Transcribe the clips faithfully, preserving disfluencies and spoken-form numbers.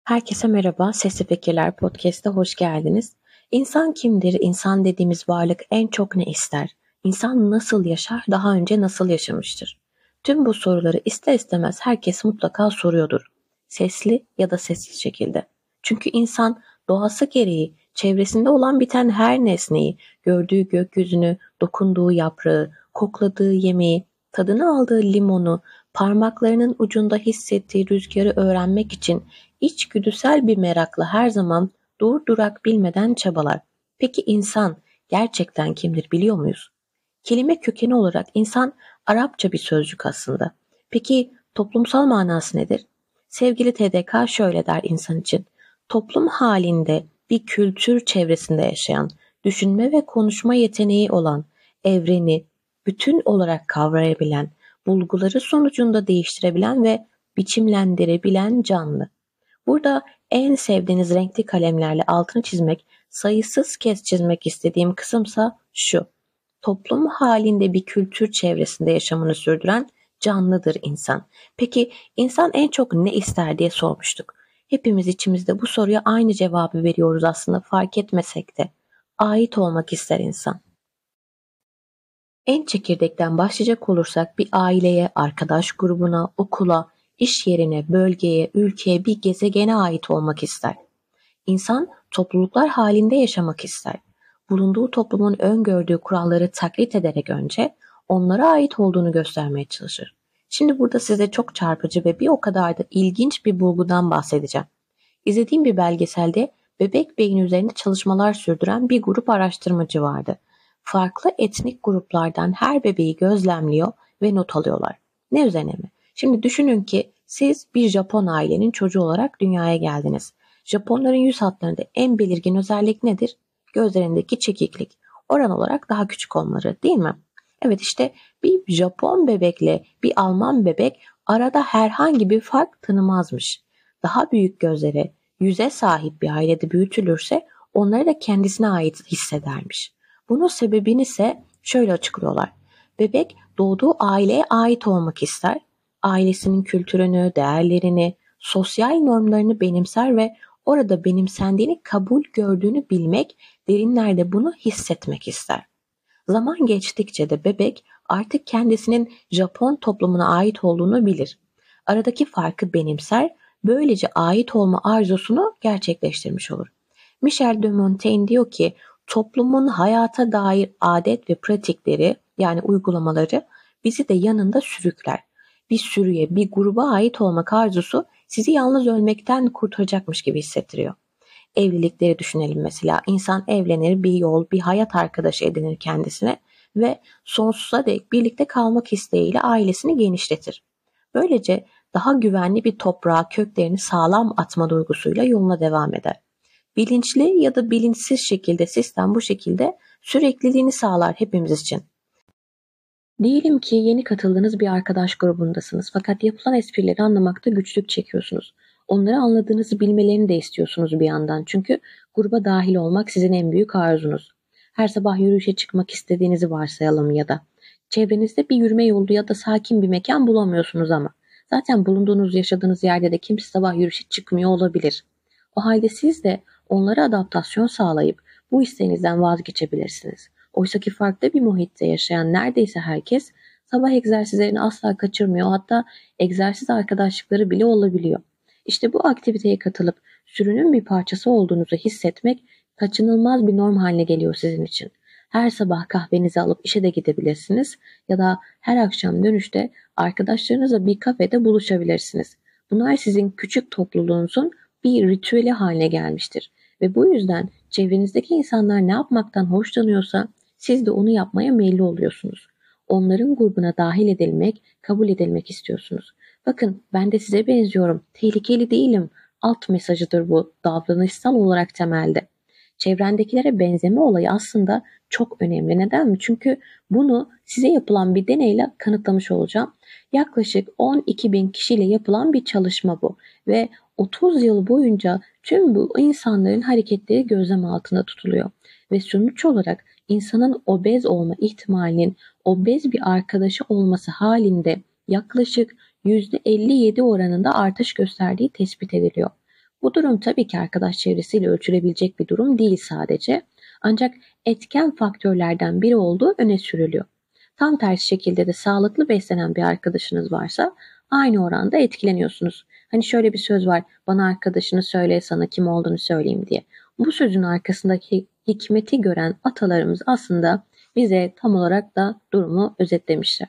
Herkese merhaba, Sesli Fikirler Podcast'a hoş geldiniz. İnsan kimdir? İnsan dediğimiz varlık en çok ne ister? İnsan nasıl yaşar? Daha önce nasıl yaşamıştır? Tüm bu soruları ister istemez herkes mutlaka soruyordur. Sesli ya da sessiz şekilde. Çünkü insan doğası gereği çevresinde olan biten her nesneyi, gördüğü gökyüzünü, dokunduğu yaprağı, kokladığı yemeği, tadını aldığı limonu, parmaklarının ucunda hissettiği rüzgarı öğrenmek için İçgüdüsel bir merakla her zaman dur durak bilmeden çabalar. Peki insan gerçekten kimdir biliyor muyuz? Kelime kökeni olarak insan Arapça bir sözcük aslında. Peki toplumsal manası nedir? Sevgili T D K şöyle der insan için. Toplum halinde bir kültür çevresinde yaşayan, düşünme ve konuşma yeteneği olan, evreni bütün olarak kavrayabilen, bulguları sonucunda değiştirebilen ve biçimlendirebilen canlı. Burada en sevdiğiniz renkli kalemlerle altını çizmek, sayısız kez çizmek istediğim kısımsa şu. Toplum halinde bir kültür çevresinde yaşamını sürdüren canlıdır insan. Peki insan en çok ne ister diye sormuştuk. Hepimiz içimizde bu soruya aynı cevabı veriyoruz aslında fark etmesek de. Ait olmak ister insan. En çekirdekten başlayacak olursak bir aileye, arkadaş grubuna, okula, iş yerine, bölgeye, ülkeye, bir gezegene ait olmak ister. İnsan topluluklar halinde yaşamak ister. Bulunduğu toplumun öngördüğü kuralları taklit ederek önce onlara ait olduğunu göstermeye çalışır. Şimdi burada size çok çarpıcı ve bir o kadar da ilginç bir bulgudan bahsedeceğim. İzlediğim bir belgeselde bebek beyni üzerinde çalışmalar sürdüren bir grup araştırmacı vardı. Farklı etnik gruplardan her bebeği gözlemliyor ve not alıyorlar. Ne üzerine mi? Şimdi düşünün ki siz bir Japon ailenin çocuğu olarak dünyaya geldiniz. Japonların yüz hatlarında en belirgin özellik nedir? Gözlerindeki çekiklik. Oran olarak daha küçük olmaları, değil mi? Evet, işte bir Japon bebekle bir Alman bebek arada herhangi bir fark tanımazmış. Daha büyük gözlere, yüze sahip bir ailede büyütülürse onları da kendisine ait hissedermiş. Bunun sebebini ise şöyle açıklıyorlar. Bebek doğduğu aileye ait olmak ister. Ailesinin kültürünü, değerlerini, sosyal normlarını benimser ve orada benimsendiğini kabul gördüğünü bilmek, derinlerde bunu hissetmek ister. Zaman geçtikçe de bebek artık kendisinin Japon toplumuna ait olduğunu bilir. Aradaki farkı benimser, böylece ait olma arzusunu gerçekleştirmiş olur. Michel de Montaigne diyor ki, toplumun hayata dair adet ve pratikleri, yani uygulamaları bizi de yanında sürükler. Bir sürüye, bir gruba ait olmak arzusu sizi yalnız ölmekten kurtaracakmış gibi hissettiriyor. Evlilikleri düşünelim mesela. İnsan evlenir, bir yol, bir hayat arkadaşı edinir kendisine ve sonsuza dek birlikte kalmak isteğiyle ailesini genişletir. Böylece daha güvenli bir toprağa köklerini sağlam atma duygusuyla yoluna devam eder. Bilinçli ya da bilinçsiz şekilde sistem bu şekilde sürekliliğini sağlar hepimiz için. Diyelim ki yeni katıldığınız bir arkadaş grubundasınız fakat yapılan esprileri anlamakta güçlük çekiyorsunuz. Onları anladığınızı bilmelerini de istiyorsunuz bir yandan. Çünkü gruba dahil olmak sizin en büyük arzunuz. Her sabah yürüyüşe çıkmak istediğinizi varsayalım ya da. Çevrenizde bir yürüme yolu ya da sakin bir mekan bulamıyorsunuz ama. Zaten bulunduğunuz, yaşadığınız yerde de kimse sabah yürüyüşe çıkmıyor olabilir. O halde siz de onlara adaptasyon sağlayıp bu isteğinizden vazgeçebilirsiniz. Oysaki farklı bir muhitte yaşayan neredeyse herkes sabah egzersizlerini asla kaçırmıyor. Hatta egzersiz arkadaşlıkları bile olabiliyor. İşte bu aktiviteye katılıp sürünün bir parçası olduğunuzu hissetmek kaçınılmaz bir norm haline geliyor sizin için. Her sabah kahvenizi alıp işe de gidebilirsiniz ya da her akşam dönüşte arkadaşlarınızla bir kafede buluşabilirsiniz. Bunlar sizin küçük topluluğunuzun bir ritüeli haline gelmiştir. Ve bu yüzden çevrenizdeki insanlar ne yapmaktan hoşlanıyorsa siz de onu yapmaya meyilli oluyorsunuz. Onların grubuna dahil edilmek, kabul edilmek istiyorsunuz. Bakın, ben de size benziyorum. Tehlikeli değilim. Alt mesajıdır bu, davranışsal olarak temelde. Çevrendekilere benzeme olayı aslında çok önemli. Neden mi? Çünkü bunu size yapılan bir deneyle kanıtlamış olacağım. Yaklaşık on iki bin kişiyle yapılan bir çalışma bu. Ve otuz yıl boyunca tüm bu insanların hareketleri gözlem altında tutuluyor. Ve sonuç olarak insanın obez olma ihtimalinin obez bir arkadaşı olması halinde yaklaşık yüzde elli yedi oranında artış gösterdiği tespit ediliyor. Bu durum tabii ki arkadaş çevresiyle ölçülebilecek bir durum değil sadece. Ancak etken faktörlerden biri olduğu öne sürülüyor. Tam tersi şekilde de sağlıklı beslenen bir arkadaşınız varsa aynı oranda etkileniyorsunuz. Hani şöyle bir söz var, bana arkadaşını söyle, sana kim olduğunu söyleyeyim diye. Bu sözün arkasındaki hikmeti gören atalarımız aslında bize tam olarak da durumu özetlemişler.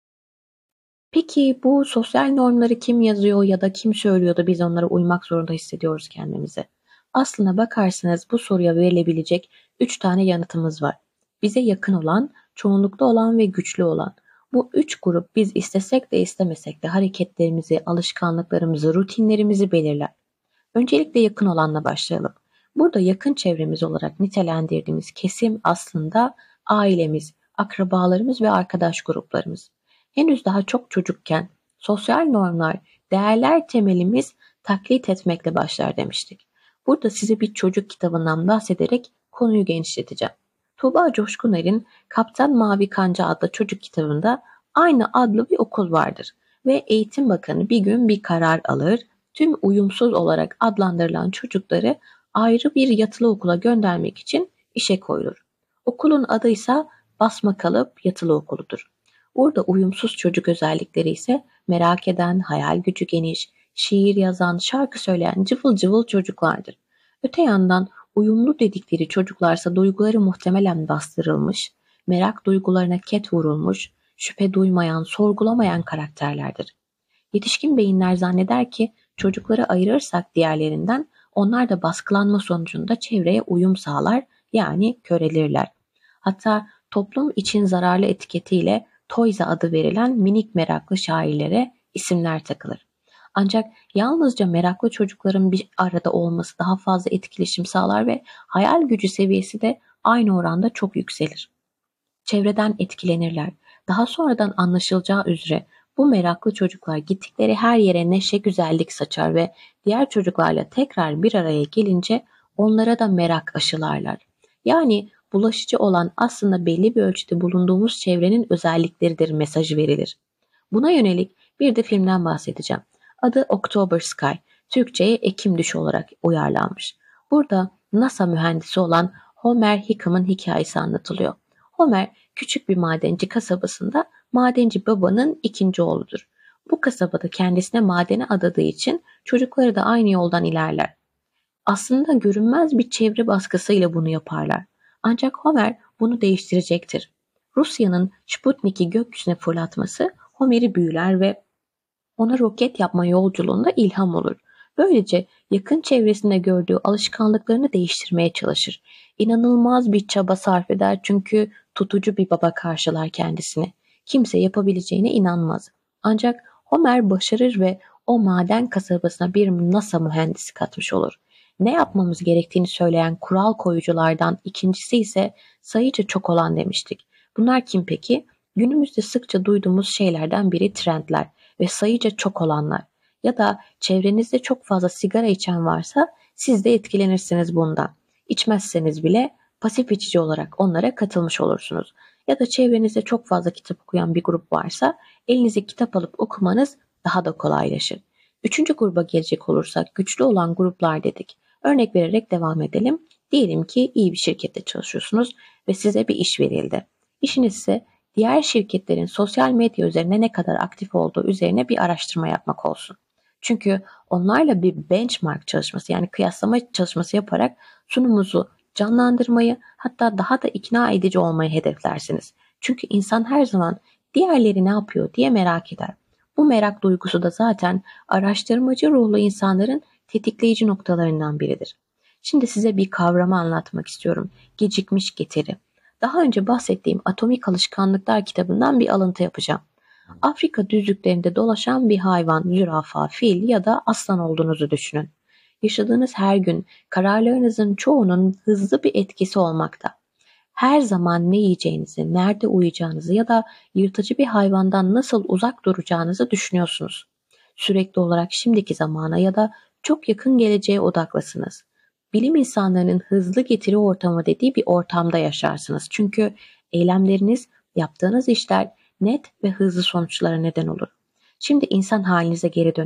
Peki bu sosyal normları kim yazıyor ya da kim söylüyor da biz onlara uymak zorunda hissediyoruz kendimizi? Aslına bakarsanız bu soruya verilebilecek üç tane yanıtımız var. Bize yakın olan, çoğunlukta olan ve güçlü olan. Bu üç grup biz istesek de istemesek de hareketlerimizi, alışkanlıklarımızı, rutinlerimizi belirler. Öncelikle yakın olanla başlayalım. Burada yakın çevremiz olarak nitelendirdiğimiz kesim aslında ailemiz, akrabalarımız ve arkadaş gruplarımız. Henüz daha çok çocukken sosyal normlar, değerler temelimiz taklit etmekle başlar demiştik. Burada size bir çocuk kitabından bahsederek konuyu genişleteceğim. Tuğba Coşkuner'in Kaptan Mavi Kanca adlı çocuk kitabında aynı adlı bir okul vardır ve Eğitim Bakanı bir gün bir karar alır, tüm uyumsuz olarak adlandırılan çocukları ayrı bir yatılı okula göndermek için işe koyulur. Okulun adı ise Basmakalıp Yatılı Okulu'dur. Burada uyumsuz çocuk özellikleri ise merak eden, hayal gücü geniş, şiir yazan, şarkı söyleyen cıvıl cıvıl çocuklardır. Öte yandan uyumlu dedikleri çocuklarsa duyguları muhtemelen bastırılmış, merak duygularına ket vurulmuş, şüphe duymayan, sorgulamayan karakterlerdir. Yetişkin beyinler zanneder ki çocukları ayırırsak diğerlerinden onlar da baskılanma sonucunda çevreye uyum sağlar, yani körelirler. Hatta toplum için zararlı etiketiyle Toyza adı verilen minik meraklı şairlere isimler takılır. Ancak yalnızca meraklı çocukların bir arada olması daha fazla etkileşim sağlar ve hayal gücü seviyesi de aynı oranda çok yükselir. Çevreden etkilenirler. Daha sonradan anlaşılacağı üzere bu meraklı çocuklar gittikleri her yere neşe, güzellik saçar ve diğer çocuklarla tekrar bir araya gelince onlara da merak aşılarlar. Yani bulaşıcı olan aslında belli bir ölçüde bulunduğumuz çevrenin özellikleridir mesajı verilir. Buna yönelik bir de filmden bahsedeceğim. Adı October Sky, Türkçe'ye Ekim Düşü olarak uyarlanmış. Burada NASA mühendisi olan Homer Hickham'ın hikayesi anlatılıyor. Homer küçük bir madenci kasabasında madenci babanın ikinci oğludur. Bu kasabada kendisine madene adadığı için çocukları da aynı yoldan ilerler. Aslında görünmez bir çevre baskısıyla bunu yaparlar. Ancak Homer bunu değiştirecektir. Rusya'nın Sputnik'i gökyüzüne fırlatması Homer'i büyüler ve ona roket yapma yolculuğunda ilham olur. Böylece yakın çevresinde gördüğü alışkanlıklarını değiştirmeye çalışır. İnanılmaz bir çaba sarf eder çünkü tutucu bir baba karşılar kendisini. Kimse yapabileceğine inanmaz. Ancak Homer başarır ve o maden kasabasına bir NASA mühendisi katmış olur. Ne yapmamız gerektiğini söyleyen kural koyuculardan ikincisi ise sayıca çok olan demiştik. Bunlar kim peki? Günümüzde sıkça duyduğumuz şeylerden biri trendler ve sayıca çok olanlar. Ya da çevrenizde çok fazla sigara içen varsa siz de etkilenirsiniz bundan. İçmezseniz bile pasif içici olarak onlara katılmış olursunuz. Ya da çevrenizde çok fazla kitap okuyan bir grup varsa elinize kitap alıp okumanız daha da kolaylaşır. Üçüncü gruba gelecek olursak güçlü olan gruplar dedik. Örnek vererek devam edelim. Diyelim ki iyi bir şirkette çalışıyorsunuz ve size bir iş verildi. İşiniz ise diğer şirketlerin sosyal medya üzerine ne kadar aktif olduğu üzerine bir araştırma yapmak olsun. Çünkü onlarla bir benchmark çalışması, yani kıyaslama çalışması yaparak sunumunuzu canlandırmayı, hatta daha da ikna edici olmayı hedeflersiniz. Çünkü insan her zaman diğerleri ne yapıyor diye merak eder. Bu merak duygusu da zaten araştırmacı ruhlu insanların tetikleyici noktalarından biridir. Şimdi size bir kavramı anlatmak istiyorum. Gecikmiş getiri. Daha önce bahsettiğim Atomik Alışkanlıklar kitabından bir alıntı yapacağım. Afrika düzlüklerinde dolaşan bir hayvan, zürafa, fil ya da aslan olduğunuzu düşünün. Yaşadığınız her gün kararlarınızın çoğunun hızlı bir etkisi olmakta. Her zaman ne yiyeceğinizi, nerede uyuyacağınızı ya da yırtıcı bir hayvandan nasıl uzak duracağınızı düşünüyorsunuz. Sürekli olarak şimdiki zamana ya da çok yakın geleceğe odaklısınız. Bilim insanlarının hızlı getiri ortamı dediği bir ortamda yaşarsınız. Çünkü eylemleriniz, yaptığınız işler net ve hızlı sonuçlara neden olur. Şimdi insan halinize geri dönün.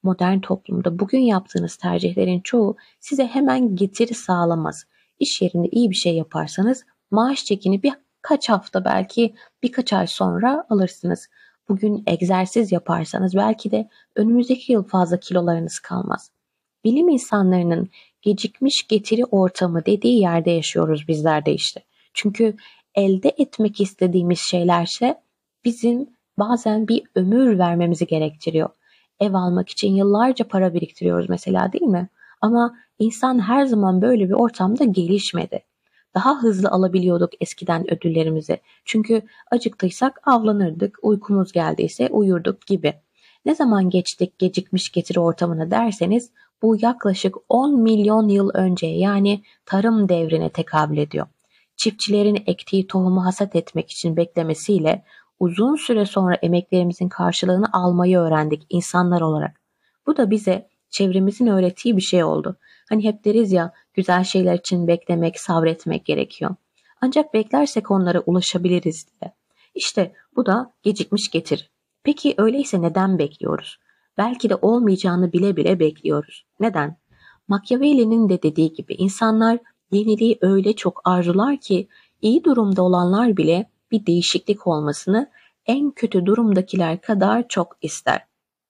modern toplumda bugün yaptığınız tercihlerin çoğu size hemen getiri sağlamaz. İş yerinde iyi bir şey yaparsanız maaş çekini birkaç hafta belki birkaç ay sonra alırsınız. Bugün egzersiz yaparsanız belki de önümüzdeki yıl fazla kilolarınız kalmaz. Bilim insanlarının gecikmiş getiri ortamı dediği yerde yaşıyoruz bizler de işte. Çünkü elde etmek istediğimiz şeylerse bizim bazen bir ömür vermemizi gerektiriyor. Ev almak için yıllarca para biriktiriyoruz mesela, değil mi? Ama insan her zaman böyle bir ortamda gelişmedi. Daha hızlı alabiliyorduk eskiden ödüllerimizi. Çünkü acıktıysak avlanırdık, uykumuz geldiyse uyurduk gibi. Ne zaman geçtik gecikmiş getiri ortamına derseniz bu yaklaşık on milyon yıl önce, yani tarım devrine tekabül ediyor. Çiftçilerin ektiği tohumu hasat etmek için beklemesiyle uzun süre sonra emeklerimizin karşılığını almayı öğrendik insanlar olarak. Bu da bize çevremizin öğrettiği bir şey oldu. Hani hep deriz ya, güzel şeyler için beklemek, sabretmek gerekiyor. Ancak beklersek onlara ulaşabiliriz diye. İşte bu da gecikmiş getir. Peki öyleyse neden bekliyoruz? Belki de olmayacağını bile bile bekliyoruz. Neden? Machiavelli'nin de dediği gibi insanlar yeniliği öyle çok arzular ki iyi durumda olanlar bile bir değişiklik olmasını en kötü durumdakiler kadar çok ister.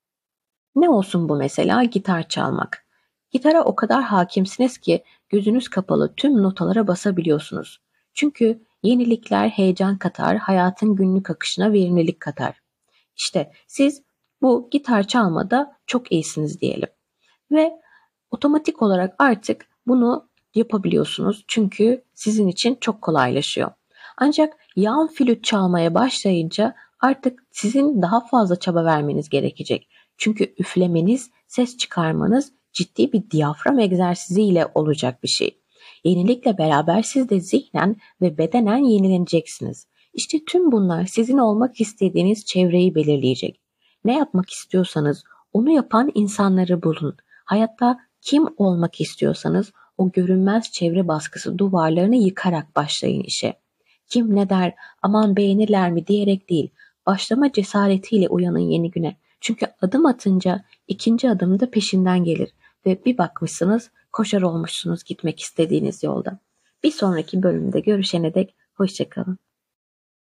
Ne olsun bu mesela? Gitar çalmak. Gitara o kadar hakimsiniz ki gözünüz kapalı tüm notalara basabiliyorsunuz. Çünkü yenilikler heyecan katar, hayatın günlük akışına verimlilik katar. İşte siz bu gitar çalmada çok iyisiniz diyelim. Ve otomatik olarak artık bunu yapabiliyorsunuz. Çünkü sizin için çok kolaylaşıyor. Ancak yan flüt çalmaya başlayınca artık sizin daha fazla çaba vermeniz gerekecek. Çünkü üflemeniz, ses çıkarmanız ciddi bir diyafram egzersiziyle olacak bir şey. Yenilikle beraber siz de zihnen ve bedenen yenileneceksiniz. İşte tüm bunlar sizin olmak istediğiniz çevreyi belirleyecek. Ne yapmak istiyorsanız onu yapan insanları bulun. Hayatta kim olmak istiyorsanız o görünmez çevre baskısı duvarlarını yıkarak başlayın işe. Kim ne der, aman beğenirler mi diyerek değil, başlama cesaretiyle uyanın yeni güne. Çünkü adım atınca ikinci adım da peşinden gelir ve bir bakmışsınız koşar olmuşsunuz gitmek istediğiniz yolda. Bir sonraki bölümde görüşene dek hoşça kalın.